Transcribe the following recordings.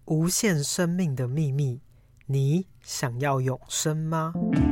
无限生命的秘密，你想要永生吗？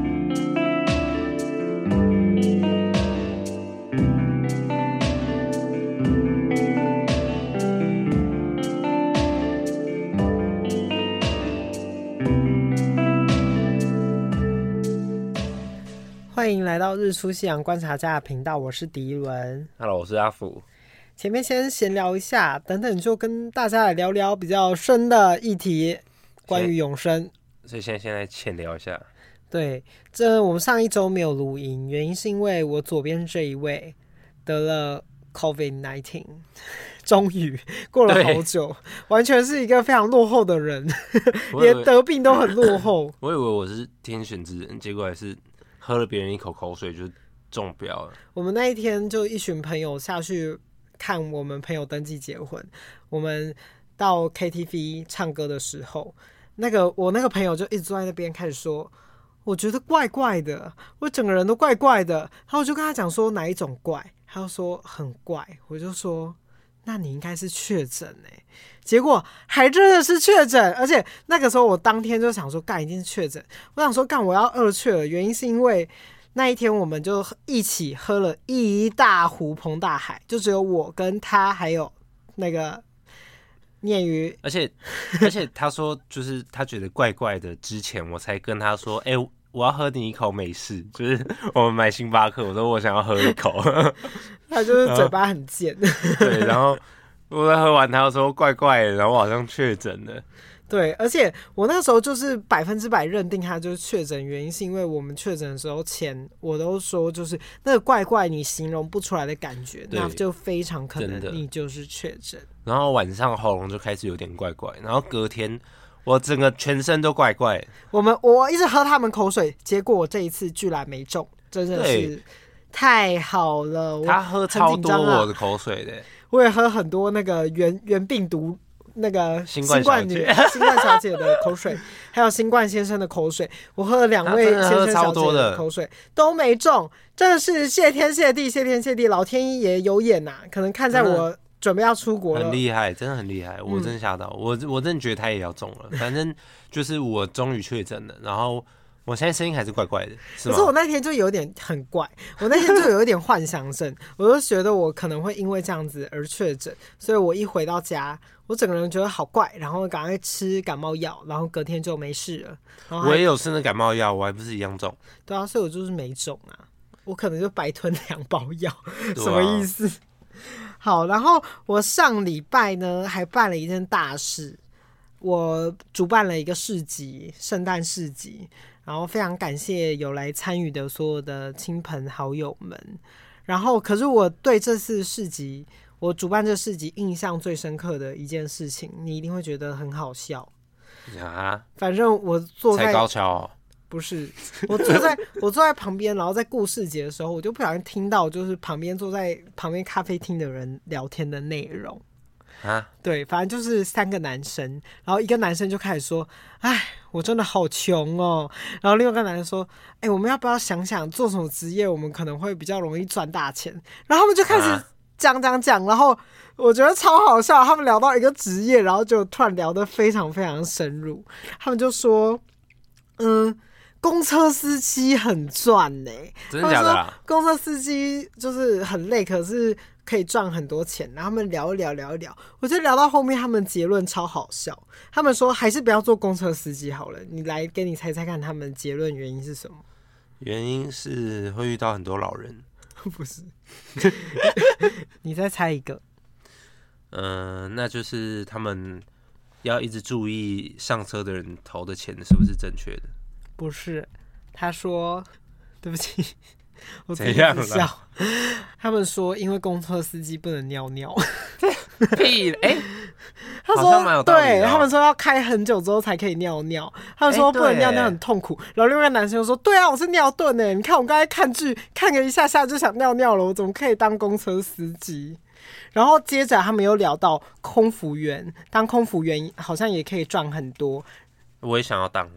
欢迎来到日出夕阳观察家的频道，我是迪伦。 Hello， 我是阿福。 前面先闲聊一下，等等就跟大家来聊聊比较深的议题，关于永生。 所以现在浅聊一下。 对，这我们上一周没有录音，原因是因为我左边这一位得了 COVID-19， 终于过了好久，完全是一个非常落后的人，连得病都很落后。 我以为我是天选之人，结果还是喝了别人一口口水就中标了。 我们那一天就一群朋友下去看我们朋友登记结婚，我们到 KTV 唱歌的时候，我那个朋友就一直坐在那边开始说，我觉得怪怪的，我整个人都怪怪的。然后我就跟他讲说哪一种怪，他就说很怪，我就说那你应该是确诊欸。结果还真的是确诊，而且那个时候我当天就想说干一定是确诊，我想说干我要2确了，原因是因为那一天我们就一起喝了一大壶澎大海，就只有我跟他还有那个念鱼， 而且他说就是他觉得怪怪的，之前我才跟他说，我要喝你一口美式，就是我们买星巴克，我说我想要喝一口， 他就是嘴巴很贱， 对，然后我在喝完，他又说怪怪的，然后我好像确诊了。 对，而且我那时候就是100%认定他就是确诊，原因是因为我们确诊的时候前我都说就是那个怪怪你形容不出来的感觉，那就非常可能你就是确诊。 然后晚上喉咙就开始有点怪怪，然后隔天我整个全身都怪怪。 我一直喝他们口水，结果我这一次居然没中，真的是太好了。 他喝超多我的口水的， 我也喝很多那个原病毒。那个新冠小姐的口水，还有新冠先生的口水，我喝了2位先生小姐的口水都没中，真的是谢天谢地，老天爷有眼呐！可能看在我准备要出国了， 很厉害，真的很厉害，我真的吓到，我真的觉得他也要中了，反正就是我终于确诊了，然后我现在声音还是怪怪的， 可是我那天就有点很怪，我那天就有一点幻想症，我就觉得我可能会因为这样子而确诊，所以我一回到家，我整个人觉得好怪，然后赶快吃感冒药，然后隔天就没事了。 我也有吃那感冒药，我还不是一样中。 对啊，所以我就是没中啊，我可能就白吞2包药，什么意思？好，然后我上礼拜呢还办了一件大事，我主办了一个市集，圣诞市集。然后非常感谢有来参与的所有的亲朋好友们。然后，可是我对这次市集，我主办这市集印象最深刻的一件事情，你一定会觉得很好笑啊！ 反正我坐在踩高跷哦， 不是，我坐在旁边，然后在过市集的时候，我就不小心听到就是坐在旁边咖啡厅的人聊天的内容。 啊， 对，反正就是3个男生，然后一个男生就开始说：“哎，我真的好穷哦。”然后另外一个男生说：“哎，我们要不要想想做什么职业，我们可能会比较容易赚大钱？”然后他们就开始讲，然后我觉得超好笑。他们聊到一个职业，然后就突然聊得非常非常深入。他们就说：“公车司机很赚呢。” 真的假的啦？ 公车司机就是很累，可是可以赚很多钱，然后他们聊一聊，我觉得聊到后面他们结论超好笑，他们说还是不要做公车司机好了，你来给你猜猜看他们结论原因是什么？ 原因是会遇到很多老人。 不是你再猜一个。 那就是他们要一直注意上车的人投的钱是不是正确的。 不是，他说对不起我怎样了？ 他们说因为公车司机不能尿尿。 屁他说对，他们说要开很久之后才可以尿尿，他们说不能尿尿很痛苦。然后另外一个男生就说：“对啊，我是尿遁欸，你看我刚才看剧看个一下下就想尿尿了，我怎么可以当公车司机？”然后接着他们又聊到空服员，当空服员好像也可以赚很多。 我也想要当。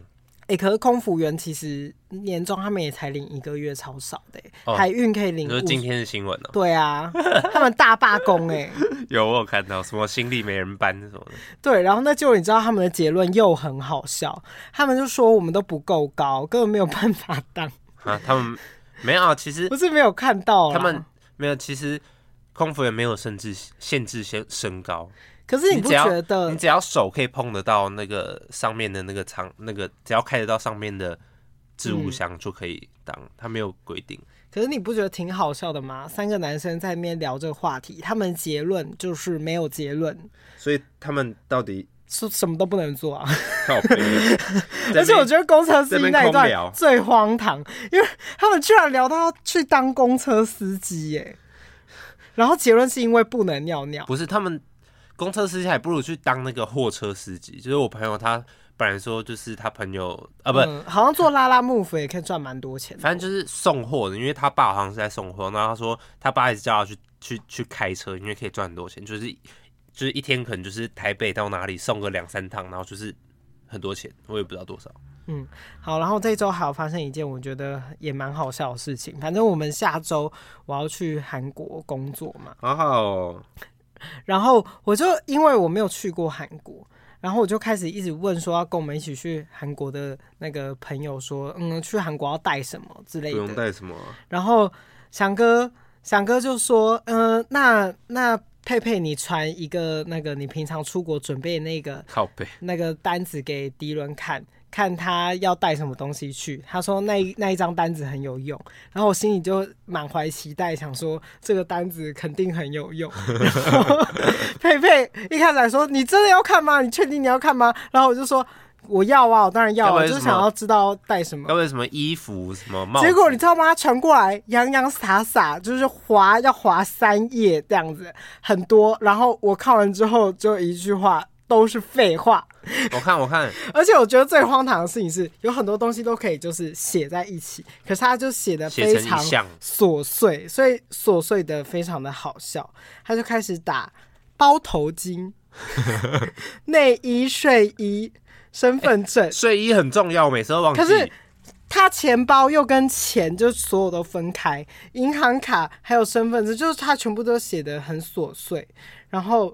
可是空服员其实年终他们也才领1个月，超少的海运可以领。 你说今天的新闻对啊，他们大罢工有我有看到什么行李没人搬什么的。 对，然后那就你知道他们的结论又很好笑，他们就说我们都不够高，根本没有办法当。 他们没有啊，其实不是没有看到他们没有，其实空服员没有限制身高。 可是你不觉得你只要手可以碰得到那个上面的那个只要开得到上面的置物箱就可以当，他没有规定。 可是你不觉得挺好笑的吗？3个男生在那边聊这个话题，他们结论就是没有结论， 所以他们到底什么都不能做啊！ 靠北而且我觉得公车司机那一段最荒唐，因为他们居然聊到去当公车司机耶，然后结论是因为不能尿尿。 不是他们。公车司机还不如去当那个货车司机，就是我朋友他本来说就是他朋友不、 好像做拉拉木夫也可以赚蛮多钱的， 反正就是送货的，因为他爸好像是在送货，然后他说他爸一直叫他去开车，因为可以赚很多钱，就是一天可能就是台北到哪里送个2-3趟，然后就是很多钱，我也不知道多少。 好，然后这周还有发生一件我觉得也蛮好笑的事情，反正我们下周我要去韩国工作嘛， 好好哦。 然后我就因为我没有去过韩国，然后我就开始一直问说要跟我们一起去韩国的那个朋友说，去韩国要带什么之类的。 不用带什么啊。 然后翔哥就说，那佩佩你传一个那个你平常出国准备的那个单子给迪伦看他要带什么东西去，他说那一张单子很有用，然后我心里就满怀期待，想说这个单子肯定很有用。然后佩佩一开始来说：“你真的要看吗？你确定你要看吗？”然后我就说：“我要啊，我当然要啊，就是想要知道带什么。” 要为什么衣服什么帽子？ 结果你知道吗？他传过来洋洋洒洒，就是要划3页这样子，很多。然后我看完之后就一句话。都是废话。 我看， 而且我觉得最荒唐的事情是，有很多东西都可以就是写在一起，可是他就写的非常琐碎，所以琐碎的非常的好笑。他就开始打包头巾、内衣、睡衣、身份证， 睡衣很重要，每次都忘记。 可是他钱包又跟钱就所有都分开，银行卡还有身份证，就是他全部都写得很琐碎，然后。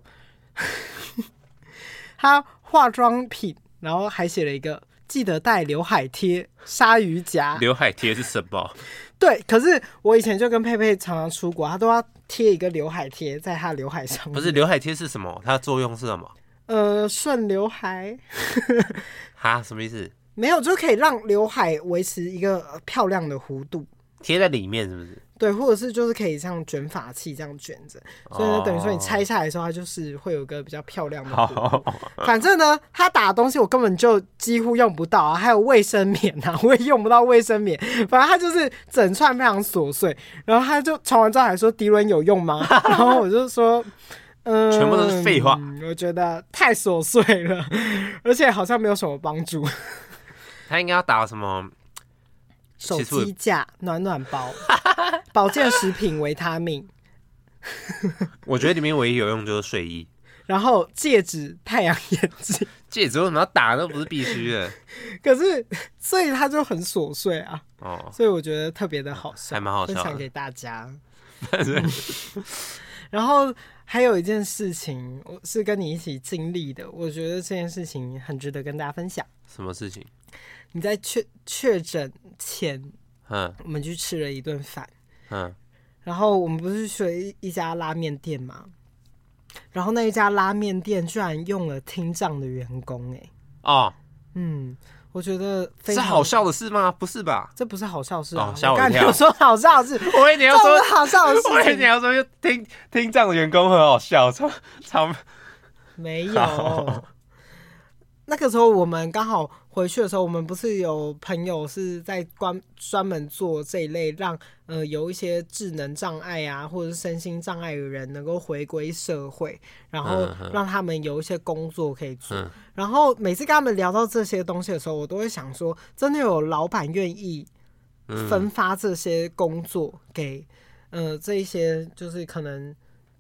他化妆品，然后还写了一个记得带刘海贴、鲨鱼夹。 刘海贴是什么？ 对，可是我以前就跟佩佩常常出国，他都要贴一个刘海贴在他刘海上面。 不是刘海贴是什么？它的作用是什么？ 顺刘海。 哈，什么意思？ 没有，就可以让刘海维持一个漂亮的弧度。 贴在里面是不是？ 对，或者是就是可以像卷发器这样卷着，所以呢，等于说你拆下来的时候，它就是会有一个比较漂亮的弧度。反正呢，他打的东西我根本就几乎用不到啊，还有卫生棉啊，我也用不到卫生棉。反正他就是整串非常琐碎，然后他就传完之后还说迪伦有用吗？然后我就说。 全部都是废话。 我觉得太琐碎了，而且好像没有什么帮助。 他应该要打什么？ 手机架、暖暖包、保健食品、维他命。 我觉得里面唯一有用就是睡衣， 然后戒指、太阳眼镜。 戒指为什么要打？那不是必须的。 可是，所以它就很琐碎啊。所以我觉得特别的好笑， 还蛮好笑的， 分享给大家。然后还有一件事情，我是跟你一起经历的，我觉得这件事情很值得跟大家分享。 什么事情？ 你在确诊前，我们去吃了一顿饭，然后我们不是去了一家拉面店嘛，然后那一家拉面店居然用了听障的员工，我觉得非常是好笑的事吗？不是吧？ 这不是好笑的事啊！吓我一跳！ 我刚才有说好笑的事， 我以为你要说好笑的事， 我以为你要说听障的员工很好笑，超没有。那个时候我们刚好回去的时候，我们不是有朋友是在专门做这一类让有一些智能障碍啊或者是身心障碍的人能够回归社会，然后让他们有一些工作可以做。然后每次跟他们聊到这些东西的时候，我都会想说，真的有老板愿意分发这些工作给这一些就是可能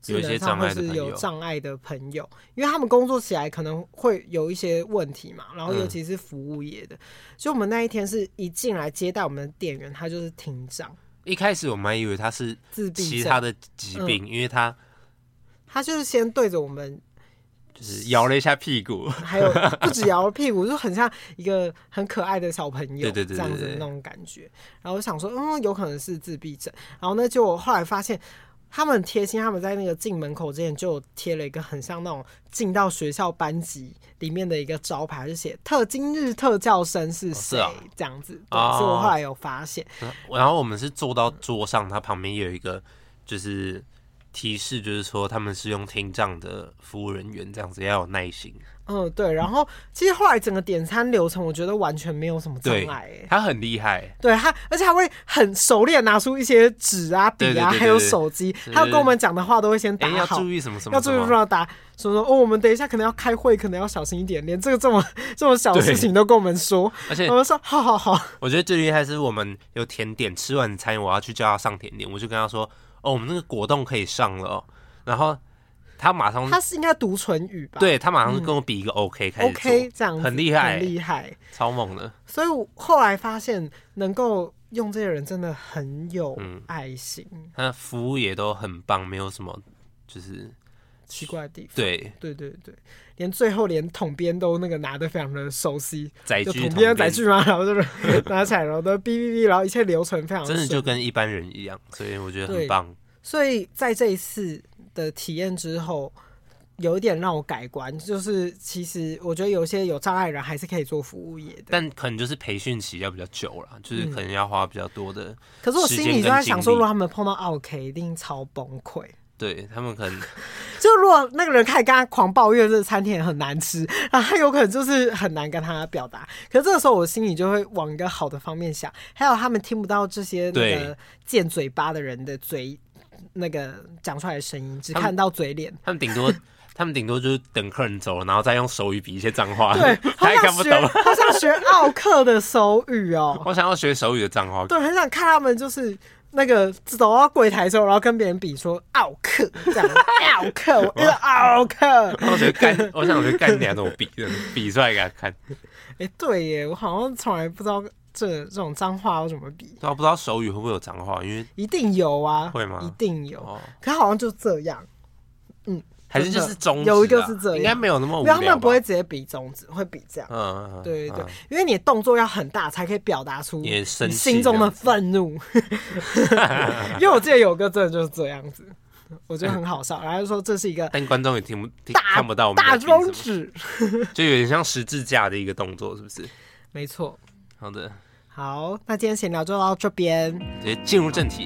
智能上或是有障碍的朋友，因为他们工作起来可能会有一些问题嘛，然后尤其是服务业的，所以我们那一天是一进来接待我们的店员，他就是听障。 一开始我们还以为他是其他的疾病，因为他就是先对着我们。 就是摇了一下屁股， 还有不止摇了屁股，就很像一个很可爱的小朋友， 对这样子的那种感觉。然后我想说，有可能是自闭症。然后呢，就我后来发现，他们很贴心，他们在那个进门口之前就贴了一个很像那种进到学校班级里面的一个招牌，就写今日特教生是谁、这样子。对，所以我后来有发现。 然后我们是坐到桌上，它旁边也有一个就是提示，就是说他们是用听障的服务人员，这样子要有耐心。 对。然后其实后来整个点餐流程，我觉得完全没有什么障碍。 他很厉害。 对他，而且他会很熟练拿出一些纸啊、笔啊，还有手机，他跟我们讲的话都会先打好。 要注意什么什么， 要注意什么打。说我们等一下可能要开会，可能要小心一点，连这个这么小的事情都跟我们说。而且我们说好。 我觉得最厉害是我们有甜点，吃完餐我要去叫他上甜点，我就跟他说。我们那个果冻可以上了哦，然后他是应该读唇语吧？ 对，他马上就跟我比一个 OK 开始做 ，OK 这样子， 很厉害， 很厉害， 超猛的。 所以我后来发现，能够用这些人真的很有爱心， 他服务也都很棒，没有什么就是奇怪的地方。 对， 连最后连统编都那个拿得非常的熟悉， 载具统编载具嘛，然后就是拿起来，然后都哔哔哔，然后一切流程非常真的就跟一般人一样，所以我觉得很棒。 所以在这一次的体验之后，有一点让我改观，就是其实我觉得有些有障碍人还是可以做服务业的， 但可能就是培训期要比较久啦，就是可能要花比较多的时间跟精力。 可是我心里就在想说，如果他们碰到 OK， 一定超崩溃。 对，他们可能就如果那个人开始跟他狂抱怨这个餐厅很难吃，然后他有可能就是很难跟他表达。可是这个时候我心里就会往一个好的方面想，还有他们听不到这些那个贱嘴巴的人的嘴那个讲出来的声音，只看到嘴脸。 他们顶多就是等客人走了，然后再用手语比一些脏话。 对， 他也看不懂。 好想学奥克的手语哦。 我想要学手语的脏话。 对，很想看他们就是那个走到柜台的时候，然后跟别人比说奥克这样，奥克，我是奥克。 我想学干娘怎么比出来给他看。 对耶，我好像从来不知道这种脏话要怎么比。 对啊，不知道手语会不会有脏话，因为一定有啊。 会吗？ 一定有。可好像就这样。 还是就是中指有一个是这样， 应该没有那么无聊吧。 他们不会直接比中指，会比这样。对，因为你的动作要很大，才可以表达出你心中的愤怒。因为我记得有个真的就是这样子，我觉得很好笑。然后就说这是一个， 但观众也看不到我们大中指， 就有点像十字架的一个动作，是不是？ 没错。 好的， 好，那今天闲聊就到这边， 直接进入正题。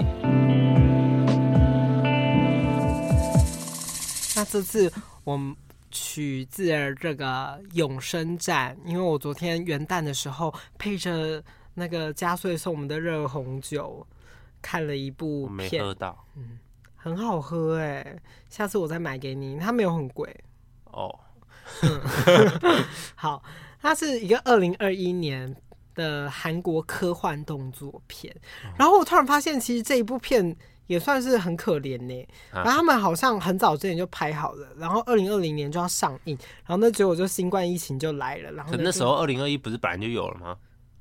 那这次我们取自了这个永生站，因为我昨天元旦的时候配着那个嘉穗送我们的热红酒，看了一部片， 我没喝到， 很好喝下次我再买给你，它没有很贵哦。 好，它是一个2021年的韩国科幻动作片，然后我突然发现，其实这一部片也算是很可怜呢。然后他们好像很早之前就拍好了，然后2020年就要上映，然后那结果就新冠疫情就来了，然后那时候2021不是本来就有了吗？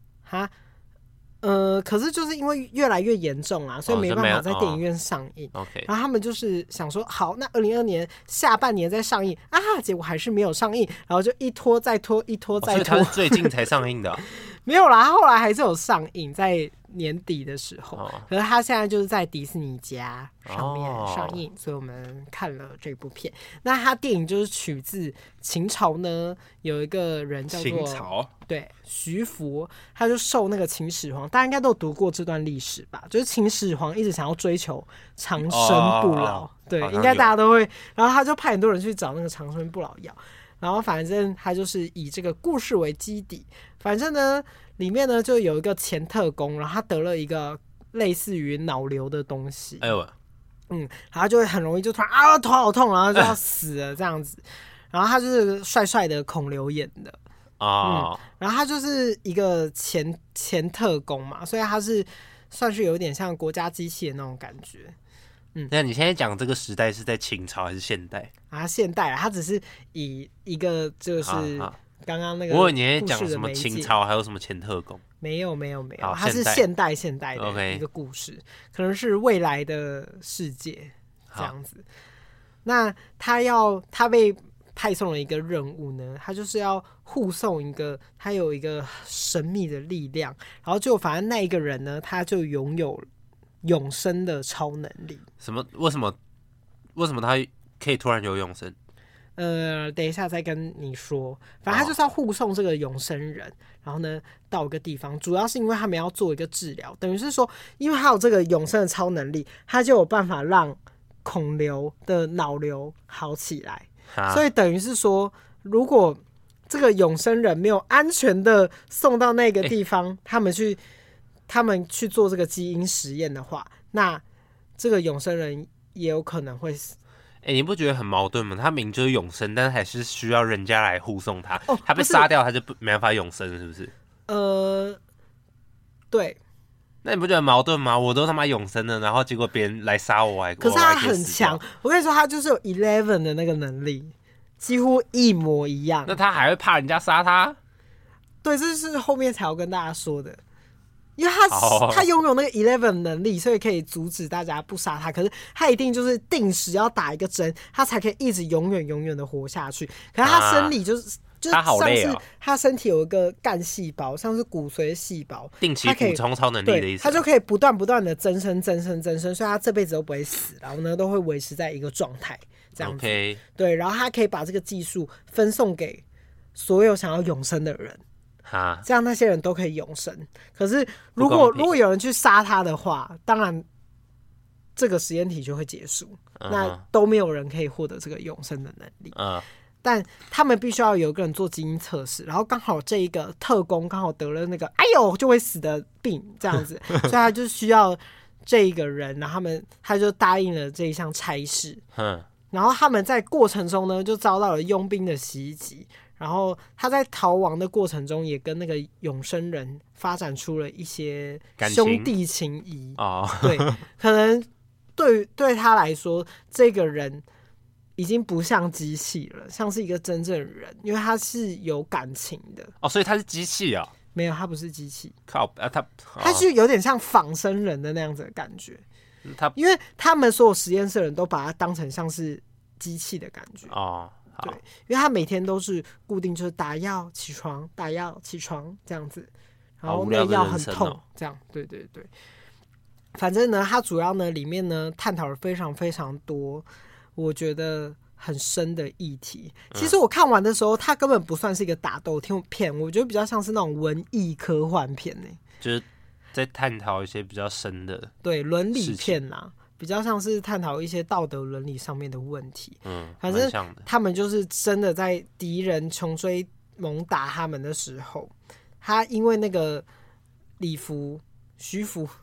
可是就是因为越来越严重啊，所以没办法在电影院上映。然后他们就是想说，好，那2022年下半年再上映啊，结果还是没有上映，然后就一拖再拖，一拖再拖。 所以它是最近才上映的。 没有啦，后来还是有上映，在年底的时候。可是他现在就是在迪士尼家上面上映，所以我们看了这部片。那他电影就是取自秦朝呢，有一个人叫做秦朝， 对，徐福，他就受那个秦始皇，大家应该都有读过这段历史吧？就是秦始皇一直想要追求长生不老，对，应该大家都会。然后他就派很多人去找那个长生不老药。然后反正他就是以这个故事为基底，反正呢里面呢就有一个前特工，然后他得了一个类似于脑瘤的东西，然后他就会很容易就突然头好痛，然后就要死了这样子。然后他就是帅帅的孔刘演的然后他就是一个前特工嘛，所以他是算是有点像国家机器的那种感觉。 那你现在讲这个时代是在清朝还是现代啊？现代啊，它只是以一个就是刚刚那个， 我以为你在讲什么清朝，还有什么前特工？ 没有，它是现代的一个故事，可能是未来的世界这样子。那他被派送了一个任务呢，他就是要护送他有一个神秘的力量，然后就反正那一个人呢，他就拥有永生的超能力。 什么？为什么他可以突然有永生？ 等一下再跟你说。反正他就是要护送这个永生人，然后呢到一个地方，主要是因为他们要做一个治疗，等于是说，因为他有这个永生的超能力，他就有办法让孔刘的脑瘤好起来。所以等于是说，如果这个永生人没有安全的送到那个地方，他们去做这个基因实验的话，那这个永生人也有可能会死。 你不觉得很矛盾吗？他明就是永生，但是还是需要人家来护送他。他被杀掉，他就没办法永生，是不是？ 对。 那你不觉得很矛盾吗？我都他妈永生了，然后结果别人来杀我， 可是他很强。我跟你说，他就是有 Eleven 的那个能力，几乎一模一样。 那他还会怕人家杀他？ 对，这是后面才要跟大家说的。因为他拥有那个 11 能力，所以可以阻止大家不杀他。可是他一定就是定时要打一个针，他才可以一直永远的活下去。可是他生理就是他好累像是他身体有一个干细胞，像是骨髓细胞， 定期补充超能力的意思。 他就可以不断的增生，所以他这辈子都不会死，然后呢都会维持在一个状态这样子。 Okay. 对，然后他可以把这个技术分送给所有想要永生的人。这样那些人都可以永生。可是如果有人去杀他的话，当然这个实验体就会结束，那都没有人可以获得这个永生的能力。但他们必须要有一个人做基因测试，然后刚好这一个特工刚好得了那个哎呦就会死的病这样子，所以他就需要这一个人，然后他就答应了这一项差事。然后他们在过程中呢就遭到了佣兵的袭击。然后他在逃亡的过程中，也跟那个永生人发展出了一些兄弟情谊。对，可能对他来说，这个人已经不像机器了，像是一个真正人，因为他是有感情的。 所以他是机器啊？ 没有，他不是机器。 他是有点像仿生人的那样子的感觉。因为他们所有实验室的人都把他当成像是机器的感觉。对，因为他每天都是固定，就是打药起床，打药起床这样子，然后那个药很痛，这样，对。反正呢，他主要呢里面呢探讨了非常非常多，我觉得很深的议题。其实我看完的时候，它根本不算是一个打斗片，我觉得比较像是那种文艺科幻片就是在探讨一些比较深的对伦理片啦。比较像是探讨一些道德伦理上面的问题。反正他们就是真的在敌人穷追猛打他们的时候，他因为那个礼服谁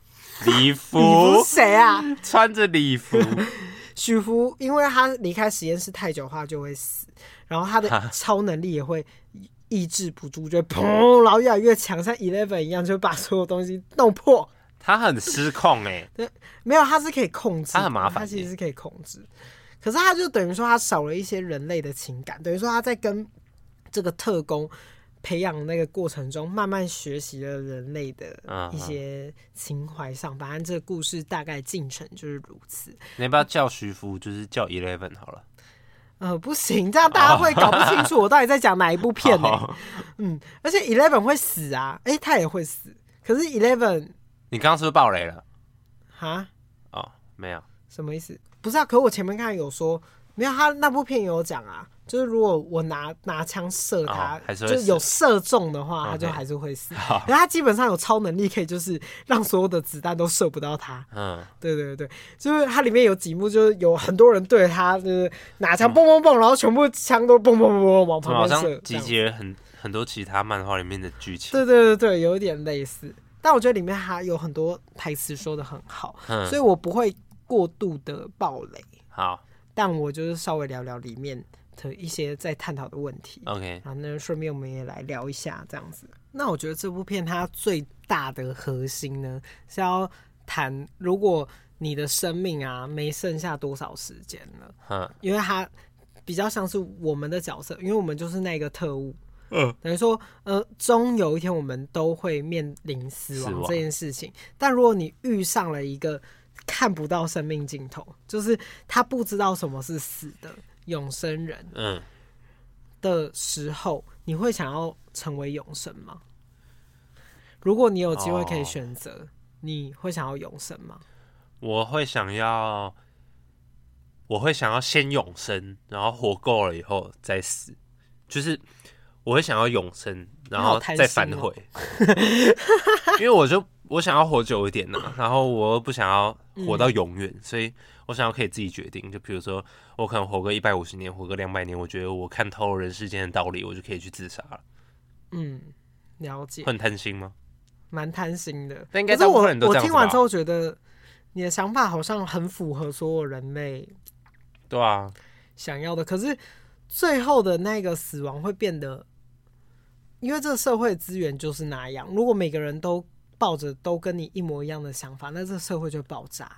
啊？ 穿着礼服许福，因为他离开实验室太久的话就会死，然后他的超能力也会抑制不住，就会砰，然后越来越强，像 11 一样，就把所有东西弄破。 他很失控对，没有，他是可以控制， 他很麻烦， 他其实是可以控制。可是他就等于说他少了一些人类的情感，等于说他在跟这个特工培养那个过程中，慢慢学习了人类的一些情怀上。反正这个故事大概进程就是如此。 你要不要叫徐福，就是叫 11好了？ 不行，这样大家会搞不清楚我到底在讲哪一部片而且 11会死啊，他也会死。可是 11。 你刚刚是不是爆雷了？没有， 什么意思？不是啊，可我前面看有说，没有，他那部片有讲啊，就是如果我拿枪射他，就是有射中的话，他就还是会死。然后他基本上有超能力，可以就是让所有的子弹都射不到他。对，就是它里面有几幕，就是有很多人对着他，就是拿枪蹦蹦蹦，然后全部枪都蹦蹦蹦往旁边射， 好像集结很多其他漫画里面的剧情。 对，有一点类似。但我觉得里面还有很多台词说的很好，所以我不会过度的爆雷。 好， 但我就是稍微聊聊里面的一些在探讨的问题。 OK， 然后呢，顺便我们也来聊一下这样子。那我觉得这部片它最大的核心呢，是要谈如果你的生命啊没剩下多少时间了，因为它比较像是我们的角色，因为我们就是那个特务。等于说，终有一天我们都会面临死亡这件事情。但如果你遇上了一个看不到生命尽头，就是他不知道什么是死的永生人，的时候，你会想要成为永生吗？如果你有机会可以选择，你会想要永生吗？ 我会想要先永生，然后活够了以后再死，就是我会想要永生，然后再反悔，因为我想要活久一点呢，然后我又不想要活到永远，所以我想要可以自己决定。就比如说，我可能活个150年，活个200年，我觉得我看透了人世间的道理，我就可以去自杀了。 了解。 会很贪心吗？ 蛮贪心的， 但应该大部分人都这样子吧。 我听完之后觉得你的想法好像很符合所有人类， 对啊， 想要的。可是最后的那个死亡会变得，因为这个社会资源就是那样。如果每个人都抱着都跟你一模一样的想法，那这个社会就会爆炸。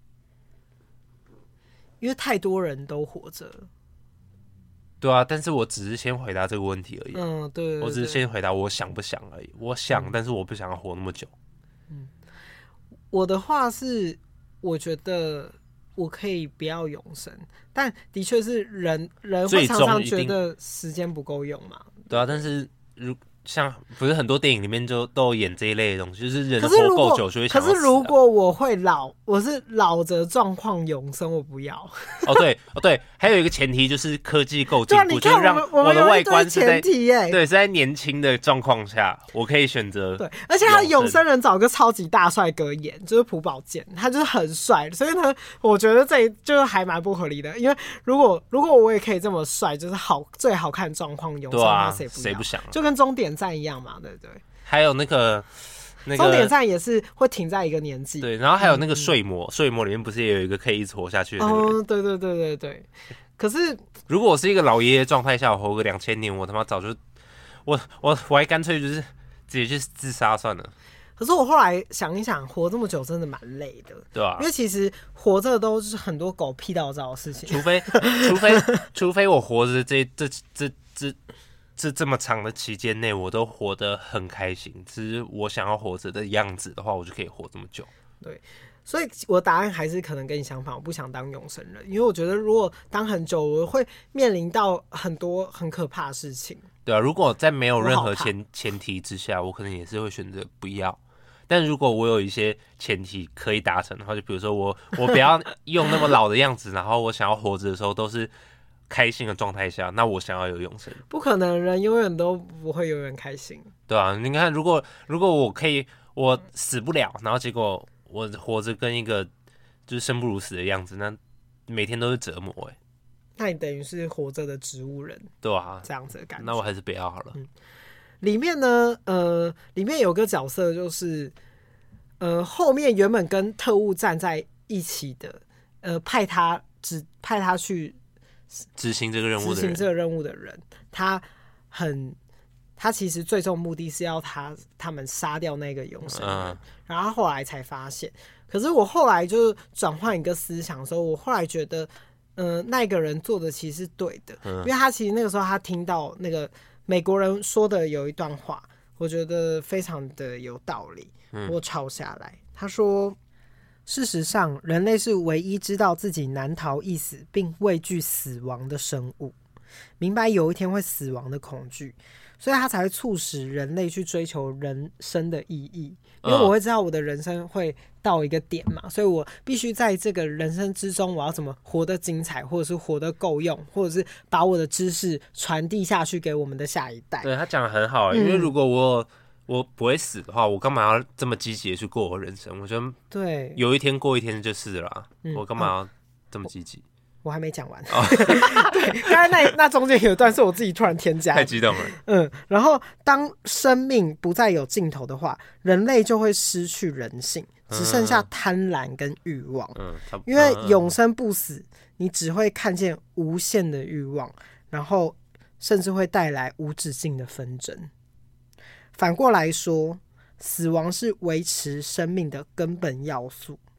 因为太多人都活着。 对啊，但是我只是先回答这个问题而已。 对， 我只是先回答我想不想而已。我想，但是我不想要活那么久。 我的话是，我觉得我可以不要永生，但的确是人会常常觉得时间不够用嘛。 对啊，但是像不是很多电影里面就都有演这一类的东西，就是人活够久就会想要死。 可是如果我会老，我是老着状况永生，我不要。 对，还有一个前提就是科技够进步， 就让我的外观是在年轻的状况下，我可以选择。 对，而且他永生人找个超级大帅哥演，就是朴宝剑，他就是很帅，所以呢，我觉得这就是还蛮不合理的。因为如果我也可以这么帅，就是最好看状况永生，那谁不想？就跟终点站一样嘛，对不对？ 还有那个终点站也是会停在一个年纪， 对，然后还有那个睡魔，睡魔里面不是也有一个可以一直活下去的那个人？对。可是如果我是一个老爷爷状态下，我活个2000年，我他妈早就我还干脆就是直接去自杀算了。 可是我后来想一想，活这么久真的蛮累的， 对啊， 因为其实活着都是很多狗屁倒灶的事情， 除非我活着这么长的期间内，我都活得很开心。只是我想要活着的样子的话，我就可以活这么久。 对，所以我的答案还是可能跟你相反，我不想当永生人，因为我觉得如果当很久，我会面临到很多很可怕的事情。 对啊，如果在没有任何前提之下，我可能也是会选择不要。但如果我有一些前提可以达成的话，就比如说我不要用那么老的样子，然后我想要活着的时候都是开心的状态下，那我想要有永生。 不可能，人永远都不会永远开心。 对啊，你看，如果我可以，我死不了，然后结果我活着跟一个就是生不如死的样子，那每天都是折磨欸。 那你等于是活着的植物人， 对啊， 这样子的感觉。 那我还是不要好了。 里面呢，里面有个角色就是，后面原本跟特务站在一起的，派他去执行这个任务的人，他其实最终目的是要他们杀掉那个永生人，然后后来才发现。可是我后来就转换一个思想的时候，我后来觉得，那个人做的其实是对的，因为他其实那个时候他听到那个美国人说的有一段话，我觉得非常的有道理，我抄下来。他说：“事实上，人类是唯一知道自己难逃一死并畏惧死亡的生物，明白有一天会死亡的恐惧，所以他才会促使人类去追求人生的意义。因为我会知道我的人生会到一个点嘛，所以我必须在这个人生之中，我要怎么活得精彩，或者是活得够用，或者是把我的知识传递下去给我们的下一代。” 对，他讲得很好，因为如果我不会死的话，我干嘛要这么积极的去过我人生？我觉得对，有一天过一天就是了啦，我干嘛要这么积极？ 我还没讲完。对，刚才那中间有一段是我自己突然添加的， 太激動了。 然后当生命不再有尽头的话，人类就会失去人性，只剩下贪婪跟欲望。因为永生不死，你只会看见无限的欲望，然后甚至会带来无止境的纷争。反过来说，死亡是维持生命的根本要素。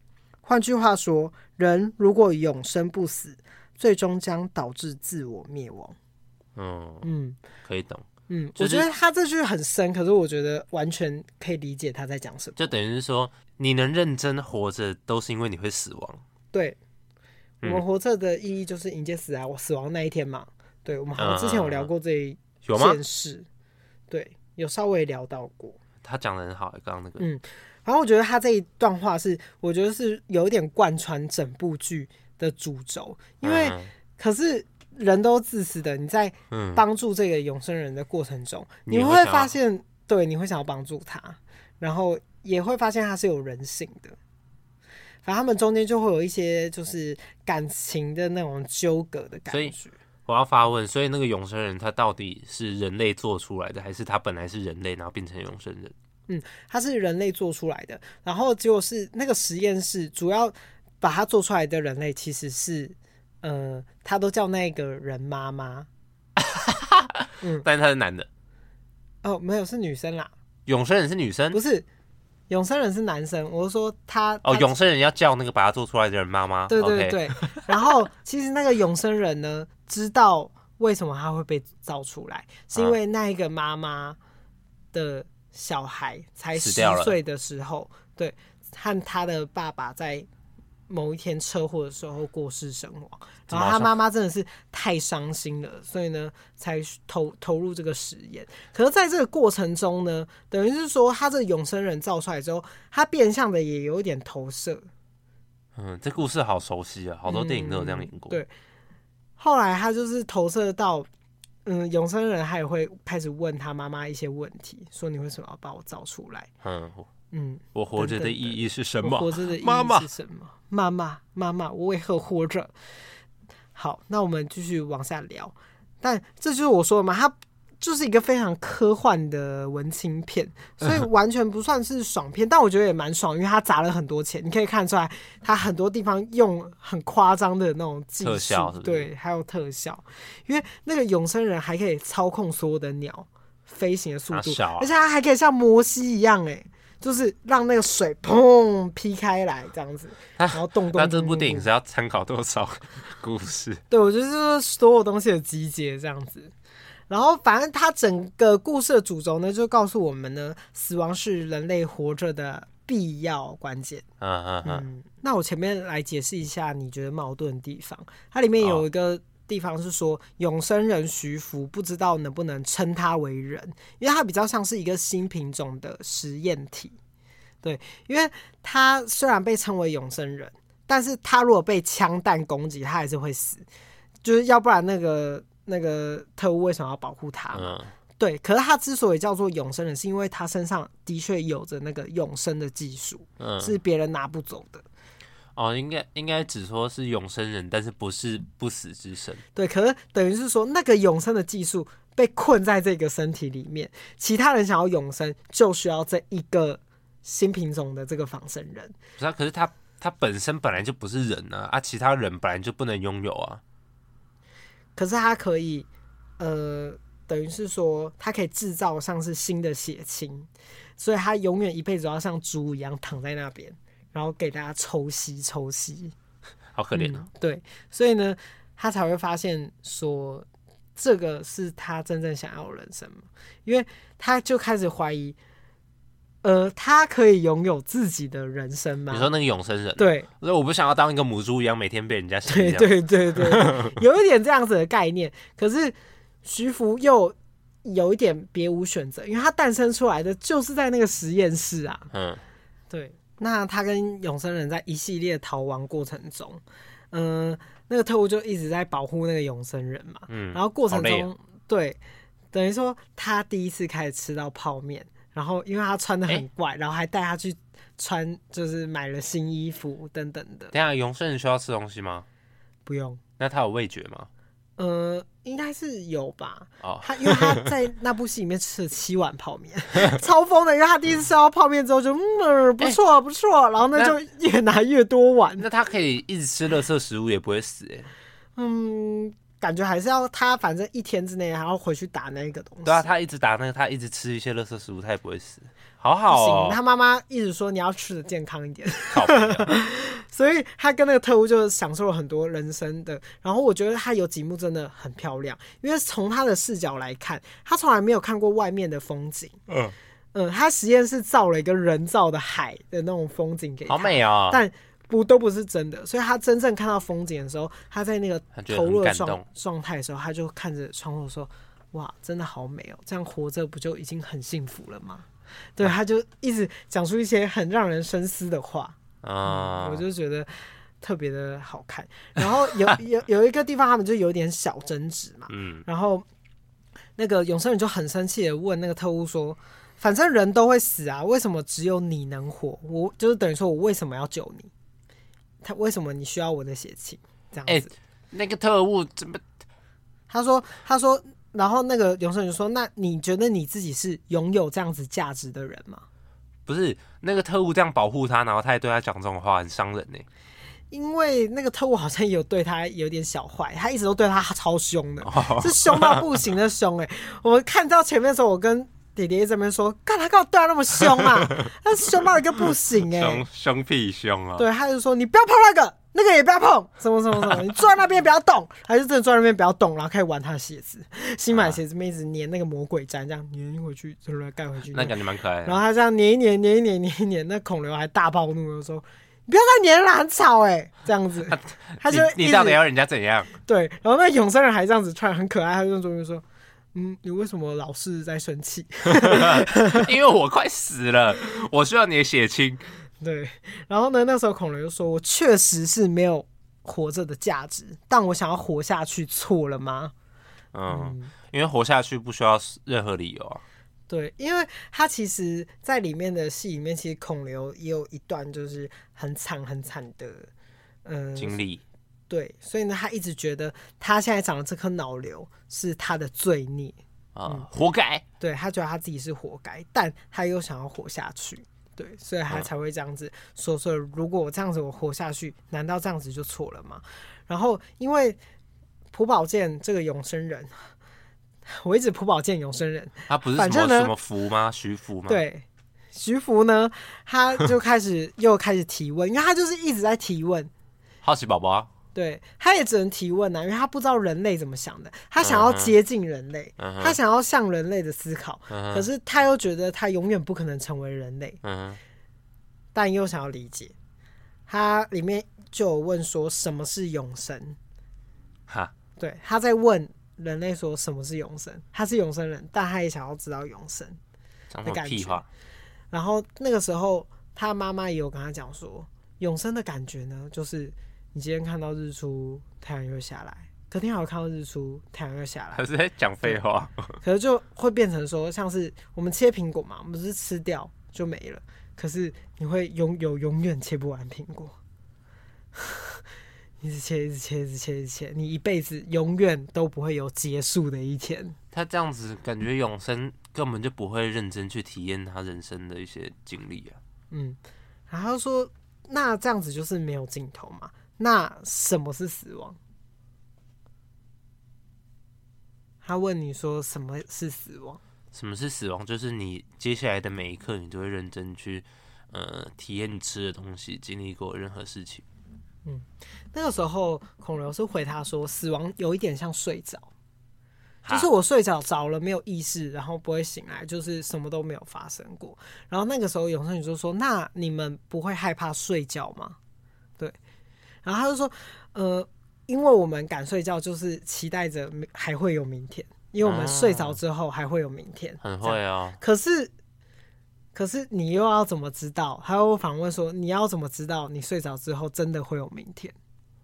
换句话说，人如果永生不死，最终将导致自我灭亡。 可以懂。 我觉得他这句很深，可是我觉得完全可以理解他在讲什么。 就等于是说，你能认真活着，都是因为你会死亡。 对，我们活着的意义就是迎接死亡那一天嘛。对，我们好像之前有聊过这一件事，对，有稍微聊到过。 他讲的很好，刚刚那个。 然后我觉得他这一段话我觉得是有一点贯穿整部剧的主轴，因为可是人都自私的，你在帮助这个永生人的过程中，你会发现，对，你会想要帮助他，然后也会发现他是有人性的。反正他们中间就会有一些就是感情的那种纠葛的感觉。所以我要发问，所以那个永生人他到底是人类做出来的，还是他本来是人类，然后变成永生人？ 他是人类做出来的，然后结果是那个实验室主要把他做出来的人类其实是，他都叫那个人妈妈， 但是他是男的。 哦，没有，是女生啦。 永生人是女生？ 不是，永生人是男生。我是说他永生人要叫那个把他做出来的人妈妈。 对对对。然后其实那个永生人呢，知道为什么他会被造出来，是因为那一个妈妈的小孩才10岁的时候，对，和他的爸爸在某一天车祸的时候过世身亡，然后他妈妈真的是太伤心了，所以呢才投入这个实验。可是在这个过程中呢，等于是说他这个永生人造出来之后，他变相的也有一点投射。 这故事好熟悉啊，好多电影都有这样演过。 对，后来他就是投射到。永生人他也会开始问他妈妈一些问题，说你为什么要把我造出来？ 我活着的意义是什么？ 我活着的意义是什么？妈妈，我为何活着？好，那我们继续往下聊。但这就是我说的嘛，他就是一个非常科幻的文青片，所以完全不算是爽片，但我觉得也蛮爽，因为他砸了很多钱，你可以看出来，他很多地方用很夸张的那种技术， 特效是不是？ 对，还有特效，因为那个永生人还可以操控所有的鸟飞行的速度，而且他还可以像摩西一样，就是让那个水砰劈开来这样子，然后动。 那这部电影是要参考多少故事？ 对，我觉得就是所有东西的集结这样子。然后反正它整个故事的主轴呢，就告诉我们呢，死亡是人类活着的必要关键。那我前面来解释一下你觉得矛盾的地方。它里面有一个地方是说，永生人徐福不知道能不能称他为人，因为他比较像是一个新品种的实验体。对，因为他虽然被称为永生人，但是他如果被枪弹攻击，他还是会死。就是要不然那个特务为什么要保护他？对，可是他之所以叫做永生人，是因为他身上的确有着那个永生的技术，是别人拿不走的。 应该只说是永生人，但是不是不死之身。对， 可是等于是说那个永生的技术被困在这个身体里面，其他人想要永生，就需要这一个新品种的这个仿生人。 不是可是他本身本来就不是人啊，其他人本来就不能拥有啊。 可是他可以，等于是说，他可以制造像是新的血清，所以他永远一辈子都要像猪一样躺在那边，然后给大家抽吸， 好可怜啊。 对，所以呢，他才会发现说，这个是他真正想要的人生嘛，因为他就开始怀疑。他可以拥有自己的人生吗？ 你说那个永生人？ 对， 所以我不想要当一个母猪一样，每天被人家吸。对， 有一点这样子的概念。可是徐福又有一点别无选择，因为他诞生出来的就是在那个实验室啊。对。那他跟永生人在一系列逃亡过程中，那个特务就一直在保护那个永生人嘛。然后过程中，对，等于说他第一次开始吃到泡面。然后因为他穿的很怪，然后还带他去穿，就是买了新衣服等等的。 等一下，永生人需要吃东西吗？ 不用。 那他有味觉吗？ 应该是有吧。因为他在那部戏里面吃了7碗泡面，超疯的。因为他第一次吃到泡面之后就不错，然后那就越拿越多碗。 那他可以一直吃垃圾食物也不会死感觉还是要他，反正1天之内还要回去打那个东西。 对啊，他一直打那个，他一直吃一些垃圾食物，他也不会死，好好不哦。 行，他妈妈一直说你要吃的健康一点， 靠北啊所以他跟那个特务就享受了很多人生的。然后我觉得他有几幕真的很漂亮，因为从他的视角来看，他从来没有看过外面的风景。他实验室造了一个人造的海的那种风景给他， 好美哦。 但都不是真的，所以他真正看到风景的时候，他在那个投入的状态的时候，他就看着窗户说：“哇，真的好美哦！这样活着不就已经很幸福了吗？”对，他就一直讲出一些很让人深思的话。我就觉得特别的好看。然后有一个地方，他们就有点小争执嘛。然后那个永生人就很生气的问那个特务说：“反正人都会死啊，为什么只有你能活？我就是等于说我为什么要救你？为什么你需要我的血清？这样子。 那个特务怎么？ 他说，然后那个永生人就说：那你觉得你自己是拥有这样子价值的人吗？ 不是那个特务这样保护他，然后他也对他讲这种话，很伤人呢。 因为那个特务好像也有对他有点小坏，他一直都对他超凶的，是凶到不行的凶我看到前面的时候，我跟弟弟这边说，干他干嘛对他那么凶啊？他凶到一个不行凶屁凶啊！ 对，他就说你不要碰那个也不要碰，什么，你坐在那边不要动，他就真的坐在那边不要动，然后开始玩他的鞋子，新买的鞋子面一直粘那个魔鬼毡，这样粘回去，就盖回去， 那感觉蛮可爱的。 然后他这样粘一粘，那孔刘还大暴怒的说。你不要再黏了，很吵这样子，他就你到底要人家怎样？ 对，然后那永生人还这样子穿很可爱，他就终于说：“你为什么老是在生气？” 因为我快死了，我需要你的血清。 对，然后呢，那时候孔刘就说：“我确实是没有活着的价值，但我想要活下去，错了吗？” 因为活下去不需要任何理由啊。 对，因为他其实在里面的戏里面，其实孔刘也有一段就是很惨的经历。 对，所以呢，他一直觉得他现在长的这颗脑瘤是他的罪孽活该。 对，他觉得他自己是活该，但他又想要活下去，对，所以他才会这样子说。所以如果我这样子我活下去，难道这样子就错了吗？然后因为朴宝剑这个永生人。我一直朴宝剑永生人， 他不是什么福吗？徐福吗？ 对，徐福呢，他就又开始提问，因为他就是一直在提问， 好奇宝宝啊。 对，他也只能提问因为他不知道人类怎么想的，他想要接近人类，他想要像人类的思考，可是他又觉得他永远不可能成为人类，但又想要理解。他里面就有问说什么是永生？对，他在问。人类说什么是永生？他是永生人，但他也想要知道永生的感觉。然后那个时候，他妈妈也有跟他讲说，永生的感觉呢，就是你今天看到日出，太阳又下来；隔天还有看到日出，太阳又下来。 他是在讲废话， 可是就会变成说，像是我们切苹果嘛，我们不是吃掉就没了，可是你会拥有永远切不完苹果。一直切，你一辈子永远都不会有结束的一天。 他这样子感觉永生根本就不会认真去体验他人生的一些经历啊。 然后说，那这样子就是没有尽头嘛？那什么是死亡？他问你说什么是死亡？ 什么是死亡？就是你接下来的每一刻，你都会认真去体验你吃的东西，经历过任何事情。 那个时候孔刘是回他说，死亡有一点像睡着，就是我睡着了没有意识，然后不会醒来，就是什么都没有发生过。然后那个时候永生女就说，那你们不会害怕睡觉吗？对，然后他就说因为我们敢睡觉就是期待着还会有明天，因为我们睡着之后还会有明天。 很会啊。 可是你又要怎么知道？还有反问说，你要怎么知道你睡着之后真的会有明天？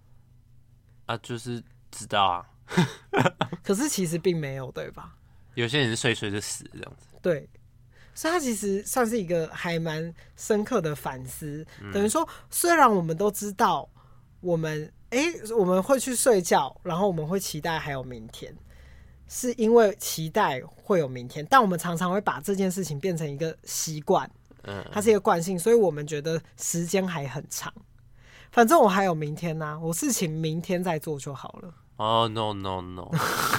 就是知道啊。 可是其实并没有，对吧？ 有些人是睡就死这样子。 对，所以他其实算是一个还蛮深刻的反思。等于说，虽然我们都知道我们会去睡觉，然后我们会期待还有明天。是因为期待会有明天，但我们常常会把这件事情变成一个习惯，它是一个惯性，所以我们觉得时间还很长。反正我还有明天啊，我事情明天再做就好了。 哦、no no no，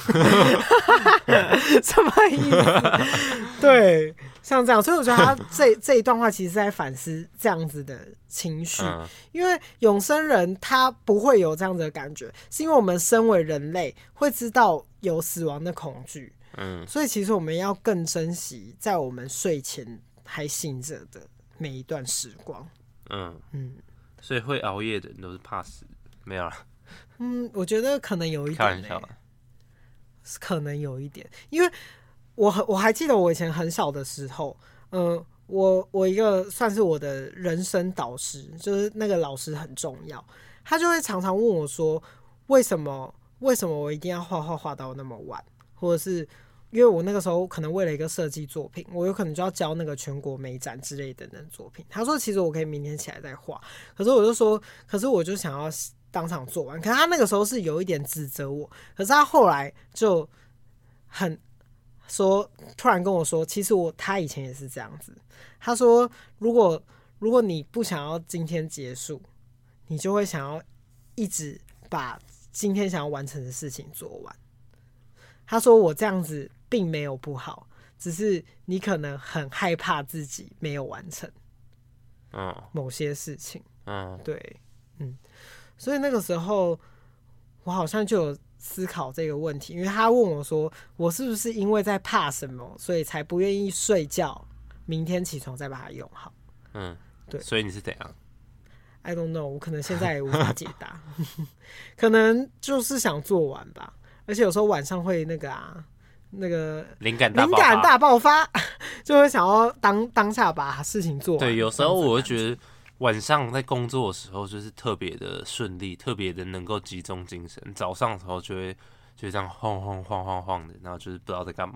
什么意思？对，像这样，所以我觉得他这一段话其实是在反思这样子的情绪，因为永生人他不会有这样子的感觉，是因为我们身为人类会知道有死亡的恐惧，所以其实我们要更珍惜在我们睡前还醒着的每一段时光。 所以会熬夜的人都是怕死，没有啦。 我觉得可能有一点、欸， 开玩笑， 可能有一点，因为我还记得我以前很小的时候，我一个算是我的人生导师，就是那个老师很重要，他就会常常问我说，为什么我一定要画到那么晚，或者是因为我那个时候可能为了一个设计作品，我有可能就要交那个全国美展之类的那作品。他说其实我可以明天起来再画，可是我就说，可是我就想要当场做完。可是他那个时候是有一点指责我，可是他后来就很说，突然跟我说，其实他以前也是这样子。他说，如果你不想要今天结束，你就会想要一直把今天想要完成的事情做完。他说我这样子并没有不好，只是你可能很害怕自己没有完成某些事情。对，所以那个时候我好像就有思考这个问题，因为他问我说，我是不是因为在怕什么，所以才不愿意睡觉，明天起床再把它用好？对。 所以你是怎样 ？I don't know， 我可能现在也无法解答，可能就是想做完吧。而且有时候晚上会那个灵感大爆发，就会想要当下把事情做完。 对，有时候我会觉得晚上在工作的时候就是特别的顺利，特别的能够集中精神。早上的时候就这样晃的，然后就是不知道在干嘛。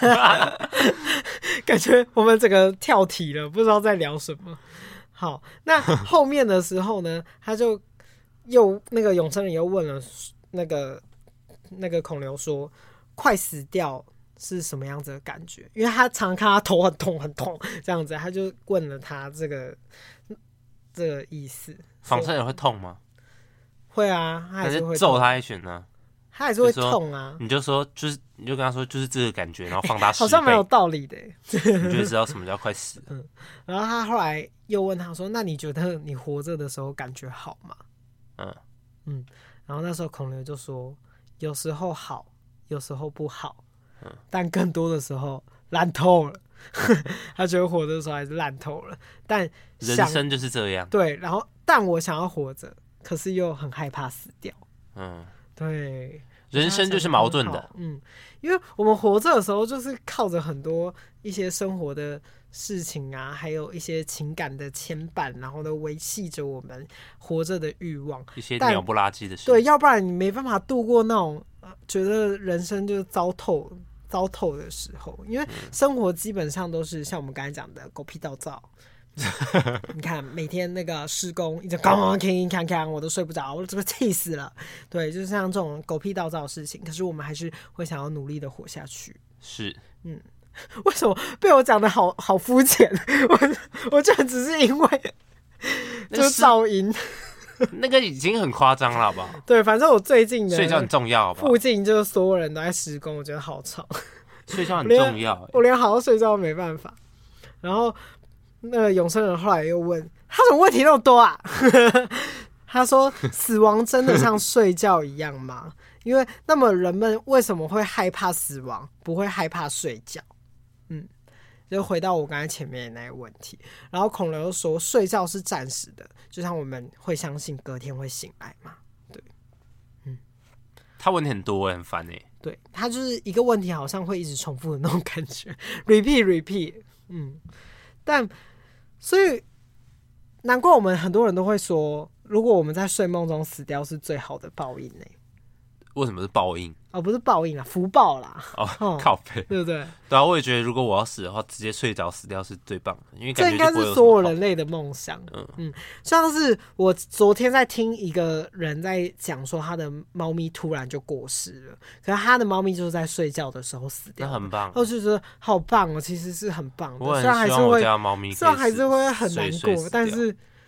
感觉我们整个跳题了，不知道在聊什么。好，那后面的时候呢，他就又那个永生人又问了那个孔刘说，快死掉是什么样子的感觉？因为他常看他头很痛这样子，他就问了他这个意思。 仿生人会痛吗？ 会啊，他还是会痛， 揍他一拳啊， 他还是会痛啊。 你就跟他说就是这个感觉，然后放大10倍， 好像蛮有道理的。 你就知道什么叫快死了。 然后他后来又问他说：“那你觉得你活着的时候感觉好吗？”然后那时候孔刘就说：“有时候好，有时候不好，但更多的时候烂透了。”他觉得活着的时候还是烂透了，但人生就是这样。 对，然后但我想要活着，可是又很害怕死掉。对， 人生就是矛盾的。 因为我们活着的时候，就是靠着很多一些生活的事情啊，还有一些情感的牵绊，然后呢维系着我们活着的欲望， 一些鸟不拉几的事。 对，要不然你没办法度过那种觉得人生就是糟透的时候，因为生活基本上都是像我们刚才讲的狗屁倒灶。你看每天那个施工一直咣看，我都睡不着，我这个气死了。对，就是像这种狗屁倒灶的事情，可是我们还是会想要努力的活下去。 是， 为什么被我讲的好肤浅？我觉得只是因为就是噪音。 那个已经很夸张了，好不好？ 对，反正我最近的睡觉很重要，好不好？ 附近就是所有人都在施工，我觉得好吵。 睡觉很重要， 我连好好睡觉都没办法。然后那个永生人后来又问他怎么问题那么多啊？他说：“死亡真的像睡觉一样吗？因为那么人们为什么会害怕死亡，不会害怕睡觉？”就回到我刚才前面的那个问题。然后孔刘说，睡觉是暂时的，就像我们会相信隔天会醒来嘛。对， 他问题很多，很烦欸。 对，他就是一个问题，好像会一直重复的那种感觉，repeat。但所以难怪我们很多人都会说，如果我们在睡梦中死掉是最好的报应呢。 为什么是报应？ 不是报应啦，福报啦。 靠北， 对不对？ 对啊，我也觉得如果我要死的话，直接睡着死掉是最棒的，因为感觉这应该是所有人类的梦想。像是我昨天在听一个人在讲说，他的猫咪突然就过世了，可是他的猫咪就是在睡觉的时候死掉， 那很棒。 我就觉得好棒哦，其实是很棒的。 我很希望我家猫咪， 虽然还是会很难过，但是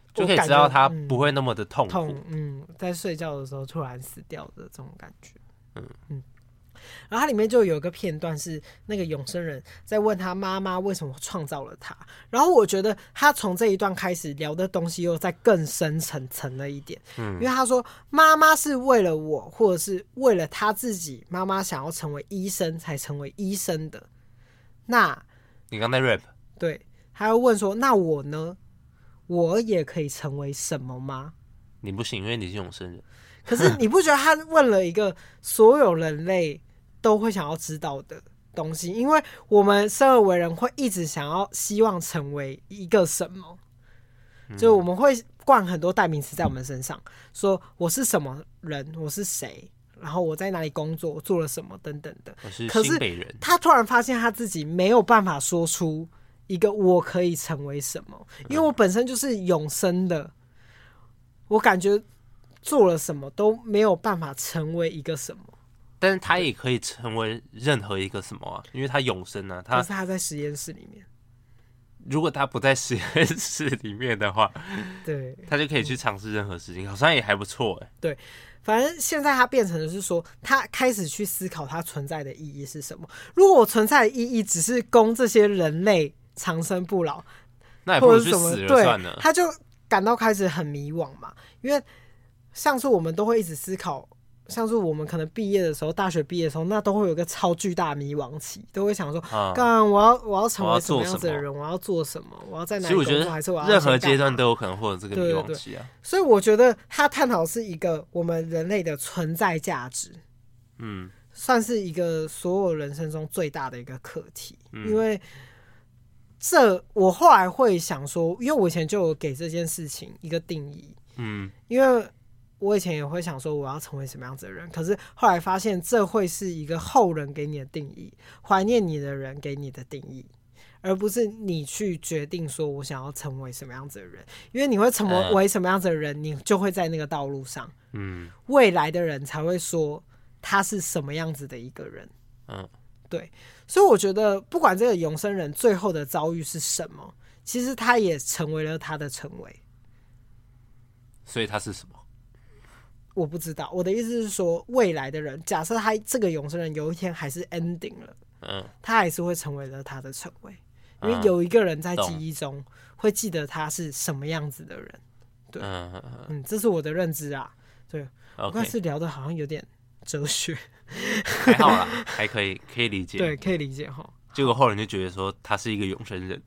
就可以知道他不会那么的痛苦。 在睡觉的时候突然死掉的这种感觉。然后它里面就有一个片段是那个永生人在问他妈妈为什么创造了他，然后我觉得他从这一段开始聊的东西又再更深层了一点。因为他说妈妈是为了我，或者是为了他自己，妈妈想要成为医生才成为医生的。那你刚才 rap 对，他又问说那我呢？我也可以成为什么吗？ 你不行，因为你是永生人。 可是你不觉得他问了一个所有人类都会想要知道的东西？因为我们生而为人会一直想要希望成为一个什么，就我们会冠很多代名词在我们身上，说我是什么人，我是谁，然后我在哪里工作，我做了什么等等的。 我是新北人。 他突然发现他自己没有办法说出一个我可以成为什么，因为我本身就是永生的，我感觉做了什么都没有办法成为一个什么。 但是他也可以成为任何一个什么啊，因为他永生啊。 可是他在实验室里面。 如果他不在实验室里面的话， 对， 他就可以去尝试任何事情，好像也还不错哎。 对，反正现在他变成的是说，他开始去思考他存在的意义是什么。如果我存在的意义只是供这些人类长生不老， 那也不如去死了算了。 他就感到开始很迷惘嘛，因为像是我们都会一直思考。像是我们可能毕业的时候，大学毕业的时候，那都会有一个超巨大的迷惘期，都会想说，我要成为什么样子的人，我要做什么，我要在哪里工作，还是我要任何阶段都有可能会有这个迷惘期啊。 所以我觉得他探讨是一个我们人类的存在价值，算是一个所有人生中最大的一个课题。因为我后来会想说，因为我以前就有给这件事情一个定义，因为我以前也会想说我要成为什么样子的人，可是后来发现这会是一个后人给你的定义，怀念你的人给你的定义，而不是你去决定说我想要成为什么样子的人。因为你会成为什么样子的人，你就会在那个道路上。未来的人才会说他是什么样子的一个人。对，所以我觉得不管这个永生人最后的遭遇是什么，其实他也成为了他的成为。 所以他是什么？ 我不知道，我的意思是说，未来的人，假设他这个永生人有一天还是 ending 了，他还是会成为了他的成为，因为有一个人在记忆中会记得他是什么样子的人。对，这是我的认知啊。对，我刚才聊的好像有点哲学， 还好啦，还可以理解， 对，可以理解哈。 结果后人就觉得说他是一个永生人。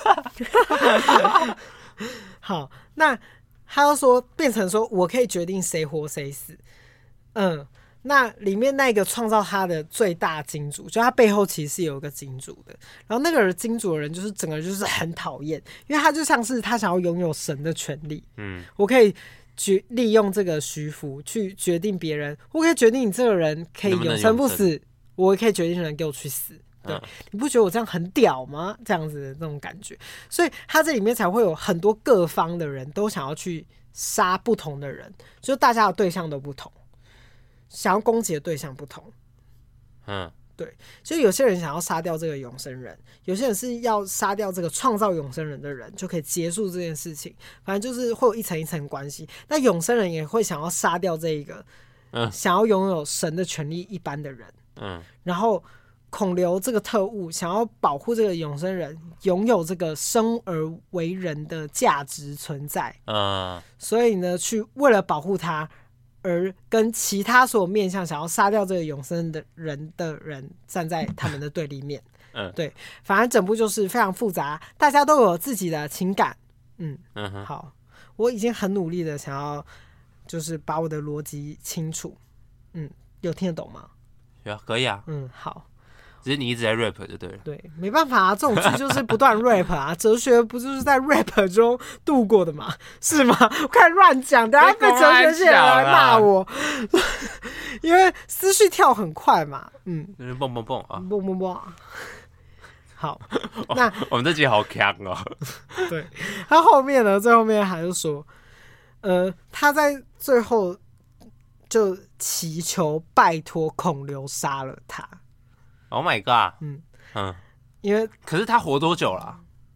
好，那。他又说变成说我可以决定谁活谁死。那里面那个创造他的最大金主，就他背后其实是有一个金主的，然后那个金主的人就是整个就是很讨厌，因为他就像是他想要拥有神的权利。我可以利用这个虚符去决定别人，我可以决定你这个人可以永生不死，我可以决定人给我去死。对，你不觉得我这样很屌吗？这样子的那种感觉，所以他这里面才会有很多各方的人都想要去杀不同的人，就大家的对象都不同，想要攻击的对象不同。对，所以有些人想要杀掉这个永生人，有些人是要杀掉这个创造永生人的人，就可以结束这件事情。反正就是会有一层一层关系。那永生人也会想要杀掉这一个，想要拥有神的权利一般的人。然后。孔刘这个特务想要保护这个永生人拥有这个生而为人的价值存在，所以呢，为了保护他，而跟其他所有面向想要杀掉这个永生的人站在他们的对立面。对，反正整部就是非常复杂，大家都有自己的情感。好，我已经很努力的想要就是把我的逻辑清楚。有听得懂吗？ 有，可以啊。 好。 只是你一直在 rap 就对了。 对，没办法啊，这种剧就是不断 rap 啊，哲学不就是在 rap 中度过的吗？是吗？我开始乱讲，等下被哲学系人来骂我，因为思绪跳很快嘛。 就是蹦蹦蹦啊， 蹦蹦蹦。好，那我们这集好强哦。 对，他后面呢，最后面还是说，他在最后就祈求拜托孔刘杀了他。 Oh my god！ 因为可是他活多久了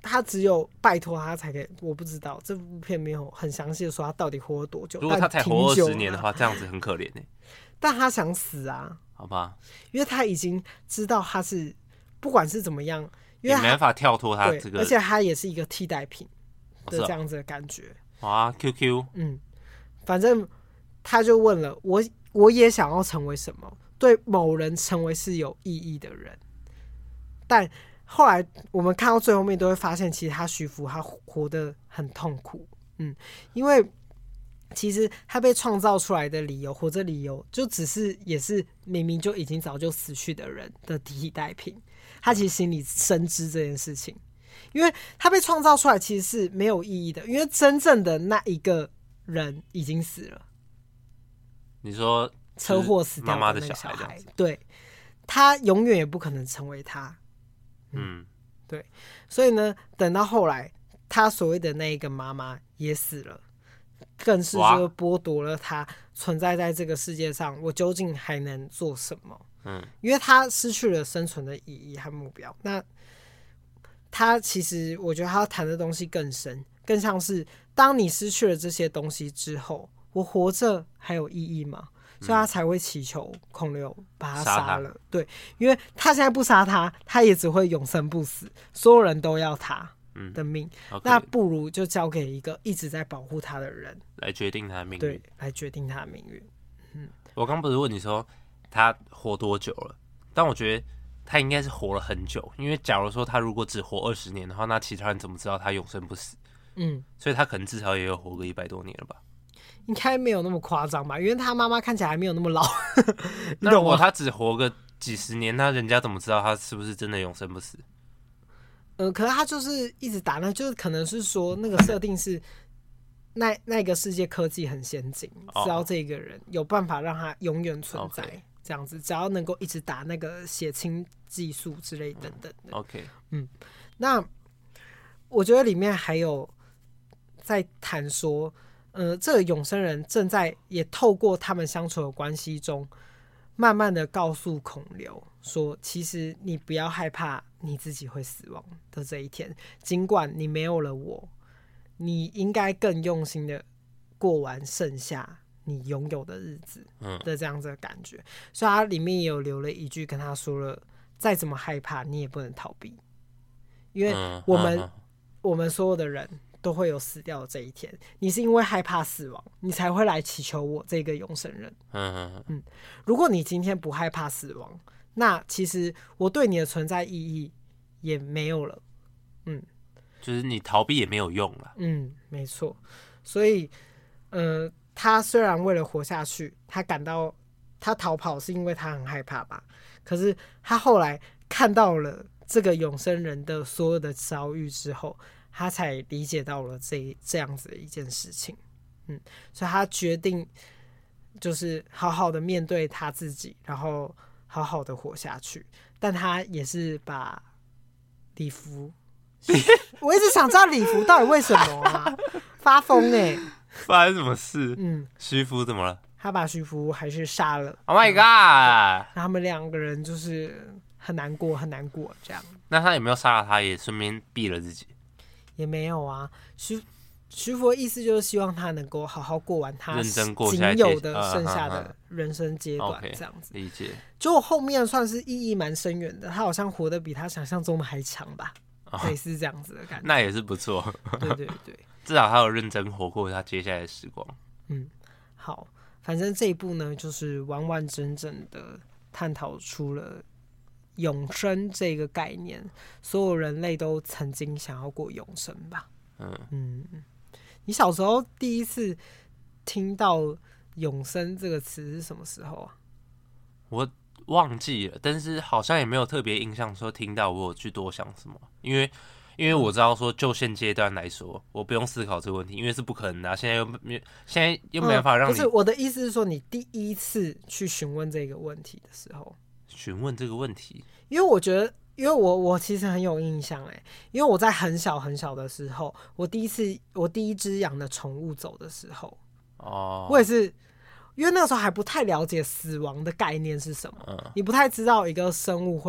他只有拜托他才可以，我不知道这部片没有很详细的说他到底活了多久。 如果他才活20年的话，这样子很可怜欸。 但他想死啊， 好吧， 因为他已经知道他是不管是怎么样，因为也没办法跳脱他这个， 而且他也是一个替代品的这样子的感觉。 哇 ，QQ， 反正他就问了我也想要成为什么，对某人成为是有意义的人，但后来我们看到最后面都会发现，其实徐福他活得很痛苦，因为其实他被创造出来的理由，活着理由就只是也是明明就已经早就死去的人的替代品，他其实心里深知这件事情，因为他被创造出来其实是没有意义的，因为真正的那一个人已经死了。 你说车祸死掉的那个小孩，对，他永远也不可能成为他。对，所以呢，等到后来，他所谓的那一个妈妈也死了，更是说剥夺了他存在在这个世界上，我究竟还能做什么？因为他失去了生存的意义和目标。那他其实，我觉得他谈的东西更深，更像是当你失去了这些东西之后，我活着还有意义吗？所以他才会祈求孔刘把他杀了。对，因为他现在不杀他，他也只会永生不死，所有人都要他的命。那不如就交给一个一直在保护他的人来决定他的命运。 对，来决定他的命运。 我刚不是问你说他活多久了？但我觉得他应该是活了很久，因为假如说他如果只活20年的话，那其他人怎么知道他永生不死？所以他可能至少也有活个100多年了吧。 应该没有那么夸张吧，因为他妈妈看起来还没有那么老。 那如果他只活个几十年，那人家怎么知道他是不是真的永生不死？ 可是他就是一直打，那就是可能是说那个设定是那个世界科技很先进，知道这个人有办法让他永远存在，这样子，只要能够一直打那个血清技术之类等等的。 OK， 那我觉得里面还有在谈说。这个永生人正在也透过他们相处的关系中，慢慢的告诉孔刘说，其实你不要害怕你自己会死亡的这一天，尽管你没有了我，你应该更用心的过完剩下你拥有的日子的这样子的感觉。所以他里面也有留了一句跟他说了，再怎么害怕你也不能逃避，因为我们所有的人都会有死掉的这一天，你是因为害怕死亡，你才会来祈求我这个永生人。如果你今天不害怕死亡，那其实我对你的存在意义也没有了。 就是你逃避也没有用了。 没错。所以，他虽然为了活下去，他感到他逃跑是因为他很害怕吧，可是他后来看到了这个永生人的所有的遭遇之后，他才理解到了这样子的一件事情，所以他决定就是好好的面对他自己，然后好好的活下去。但他也是把礼服，我一直想知道礼服到底为什么啊？发疯发生什么事？徐福怎么了？ 他把徐福还是杀了。 Oh my god！ 他们2个人就是很难过，很难过这样。 那他有没有杀了他，也顺便毙了自己？ 也没有啊，徐福的意思就是希望他能够好好过完他仅有的剩下的人生阶段，这样子。 理解。 就后面算是意义蛮深远的，他好像活得比他想象中的还长吧，类似这样子的感觉。 那也是不错。 对对对， 至少他有认真活过他接下来的时光。 好，反正这一部呢，就是完完整整的探讨出了永生这个概念，所有人类都曾经想要过永生吧。你小时候第一次听到永生这个词是什么时候啊？ 我忘记了，但是好像也没有特别印象说听到我有去多想什么，因为我知道说就现阶段来说，我不用思考这个问题，因为是不可能的现在又没办法让你。 不是，我的意思是说，你第一次去询问这个问题的时候。 询问这个问题， 因为我觉得，因为我其实很有印象因为我在很小很小的时候，我第一只养的宠物走的时候，我也是，因为那个时候还不太了解死亡的概念是什么，你不太知道一个生物会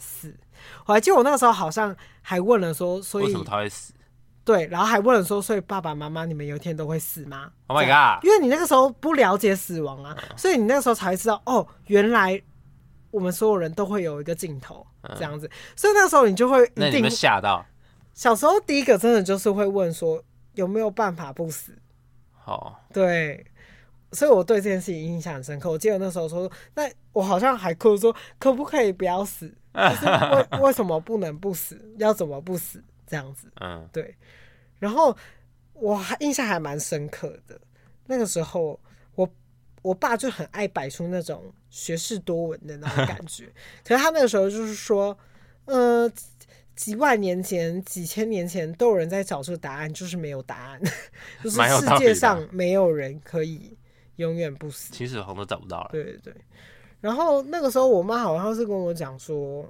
死。我还记得我那个时候好像还问了说，所以为什么他会死对，然后还问了说，所以爸爸妈妈你们有一天都会死吗 ？Oh my god！ 因为你那个时候不了解死亡啊，所以你那个时候才会知道哦，原来我们所有人都会有一个尽头这样子，所以那个时候你就会一定， 那你们吓到？ 小时候第一个真的就是会问说有没有办法不死？ 好， 对，所以我对这件事情印象很深刻。我记得那时候说，那我好像还哭说，可不可以不要死？就是为什么不能不死？要怎么不死？这样子，对。然后我印象还蛮深刻的。那个时候，我爸就很爱摆出那种学识多闻的那种感觉。可是他那个时候就是说，几万年前、几千年前都有人在找这个答案，就是没有答案，就是世界上没有人可以永远不死。 秦始皇都找不到了。 对对对。然后那个时候，我妈好像是跟我讲说，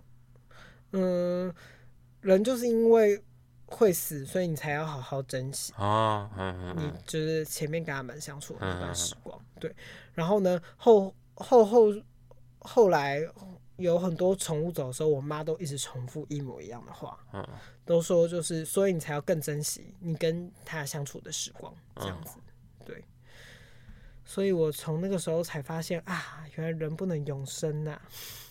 人就是因为会死，所以你才要好好珍惜。你就是前面跟他们相处的那段时光。对。然后呢，后来有很多宠物走的时候，我妈都一直重复一模一样的话，都说就是，所以你才要更珍惜你跟他相处的时光，这样子。对。所以我从那个时候才发现啊，原来人不能永生啊。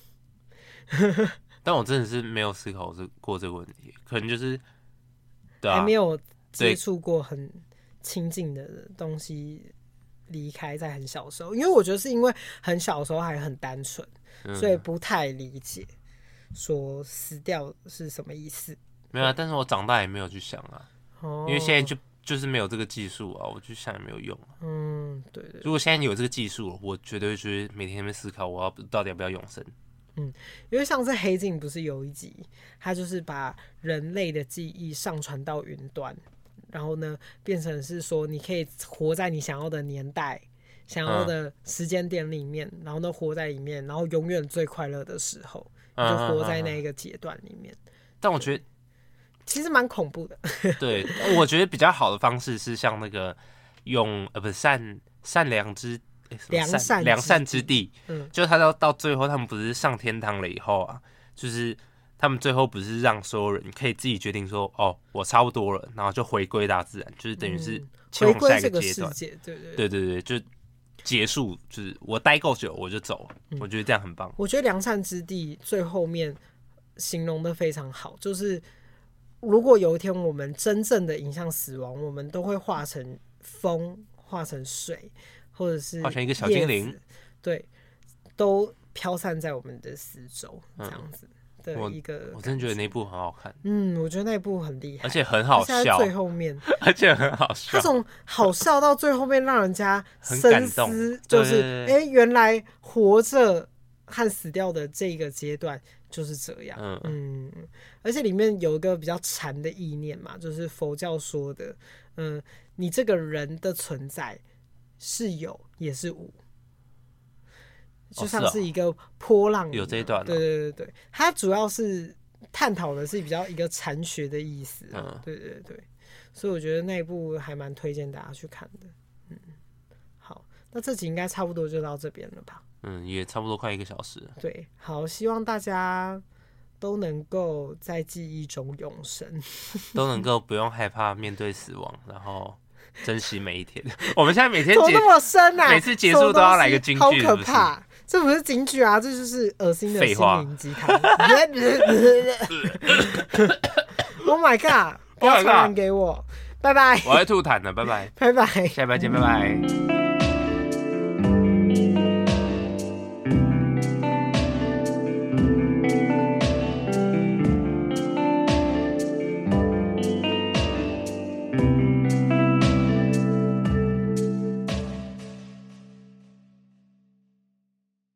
但我真的是没有思考过这个问题，可能就是对啊， 还没有接触过很亲近的东西离开，在很小的时候，因为我觉得是因为很小的时候还很单纯，所以不太理解说死掉是什么意思。 没有啊，但是我长大也没有去想啊，因为现在就是没有这个技术啊，我去想也没有用啊。 对对。 如果现在有这个技术，我绝对会每天在那边思考，我到底要不要永生。 因为上次黑镜不是有一集，他就是把人类的记忆上传到云端，然后呢变成是说你可以活在你想要的年代、想要的时间点里面，然后呢活在里面，然后永远最快乐的时候，你就活在那一个阶段里面。 但我觉得其实蛮恐怖的。 对，我觉得比较好的方式是像那个用不是善良之良善之地，就他到最后他们不是上天堂了以后啊，就是他们最后不是让所有人可以自己决定说，哦，我差不多了，然后就回归大自然，就是等于是前往下一个阶段。对，就结束，就是我待够久我就走，我觉得这样很棒。 我觉得良善之地最后面形容的非常好，就是如果有一天我们真正的迎向死亡，我们都会化成风，化成水，或者是化成一个小精灵， 对，都飘散在我们的四周，这样子的一个。 我真的觉得那部很好看。 我觉得那部很厉害， 而且很好笑。 最后面， 而且很好笑。 那种好笑到最后面，让人家深思，就是原来活着和死掉的这个阶段就是这样。而且里面有一个比较禅的意念嘛，就是佛教说的，你这个人的存在是有也是无，就像是一个波浪。 有这一段。 对，它主要是探讨的是比较一个禅学的意思。对，所以我觉得那一部还蛮推荐大家去看的。好，那这集应该差不多就到这边了吧？ 也差不多快1个小时了。 对，好，希望大家都能够在记忆中永生， 都能够不用害怕面对死亡，然后珍惜每一天。我们现在每天怎么那么深啊？ 每次结束都要来个金句， 好可怕！这不是金句啊，这就是恶心的心灵鸡汤。Oh my god！ 不要传染给我，拜拜。 我要吐痰了，拜拜， 拜拜， 下礼拜见，拜拜。